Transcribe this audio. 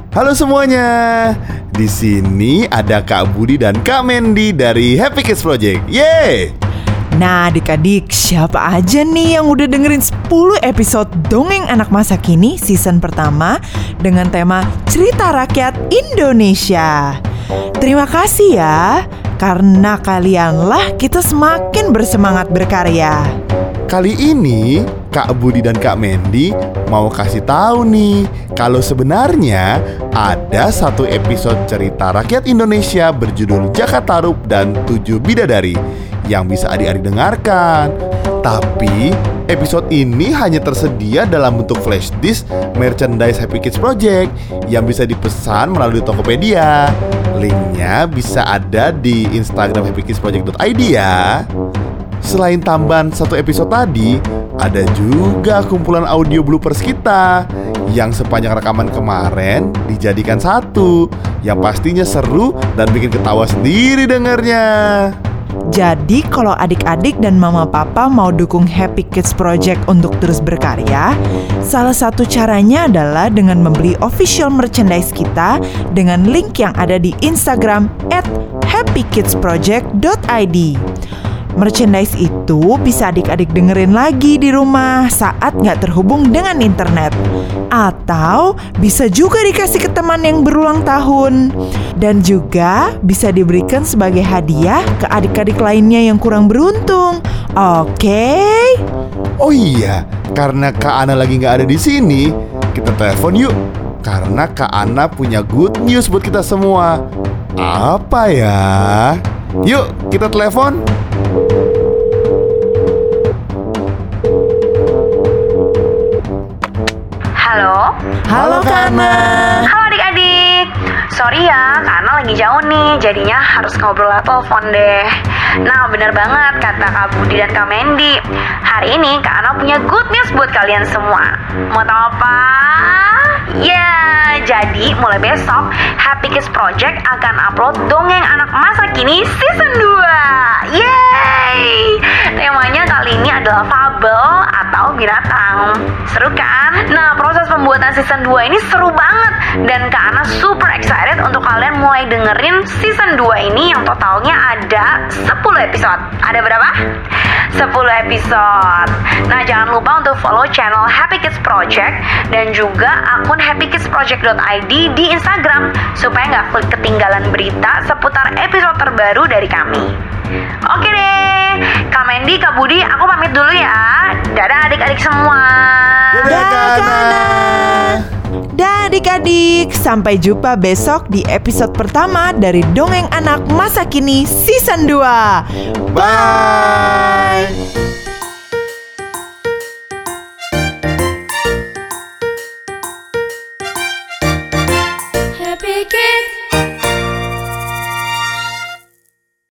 Halo semuanya. Di sini ada Kak Budi dan Kak Mendy dari Happy Kids Project. Yeay! Nah adik-adik, siapa aja nih yang udah dengerin 10 episode Dongeng Anak Masa Kini season pertama dengan tema Cerita Rakyat Indonesia? Terima kasih ya, karena kalianlah kita semakin bersemangat berkarya. Kali ini Kak Budi dan Kak Mendy mau kasih tahu nih kalau sebenarnya ada satu episode cerita rakyat Indonesia berjudul Jakatarup dan 7 Bidadari yang bisa adik-adik dengarkan. Tapi episode ini hanya tersedia dalam bentuk flash disk merchandise Happy Kids Project yang bisa dipesan melalui Tokopedia. Linknya bisa ada di Instagram happykidsproject.id ya. Selain tambahan satu episode tadi, ada juga kumpulan audio bloopers kita yang sepanjang rekaman kemarin dijadikan satu, yang pastinya seru dan bikin ketawa sendiri dengernya. Jadi kalau adik-adik dan mama papa mau dukung Happy Kids Project untuk terus berkarya, salah satu caranya adalah dengan membeli official merchandise kita dengan link yang ada di Instagram @happykidsproject.id. Merchandise itu bisa adik-adik dengerin lagi di rumah saat nggak terhubung dengan internet. Atau bisa juga dikasih ke teman yang berulang tahun. Dan juga bisa diberikan sebagai hadiah ke adik-adik lainnya yang kurang beruntung. Oke? Oh iya, karena Kak Ana lagi nggak ada di sini, kita telepon yuk. Karena Kak Ana punya good news buat kita semua. Apa ya? Yuk, kita telepon. Halo? Halo Kak Ana. Halo adik-adik. Sorry ya, karena lagi jauh nih, jadinya harus ngobrol lewat telepon deh. Nah, bener banget kata Kak Budi dan Kak Mendy. Hari ini Kak Ana punya good news buat kalian semua. Mau tahu apa? Ya, jadi mulai besok Happy Kids Project akan upload Dongeng Anak Masa Kini season 2. Yeay! Temanya kali ini adalah fabel atau binatang. Seru kan? Nah, proses pembuatan season 2 ini seru banget. Dan Kak Ana super excited untuk kalian mulai dengerin season 2 ini yang totalnya ada 10 episode. Ada berapa? 10 episode. Nah, jangan lupa untuk follow channel Happy Kids Project dan juga akun happykidsproject.id di Instagram supaya nggak ketinggalan berita seputar episode terbaru dari kami. Oke deh, Kak Mendy, Kak Budi, aku pamit dulu ya. Dadah adik-adik semua. Dadah Kak Ana. Dan adik-adik, sampai jumpa besok di episode pertama dari Dongeng Anak Masa Kini season 2. Bye.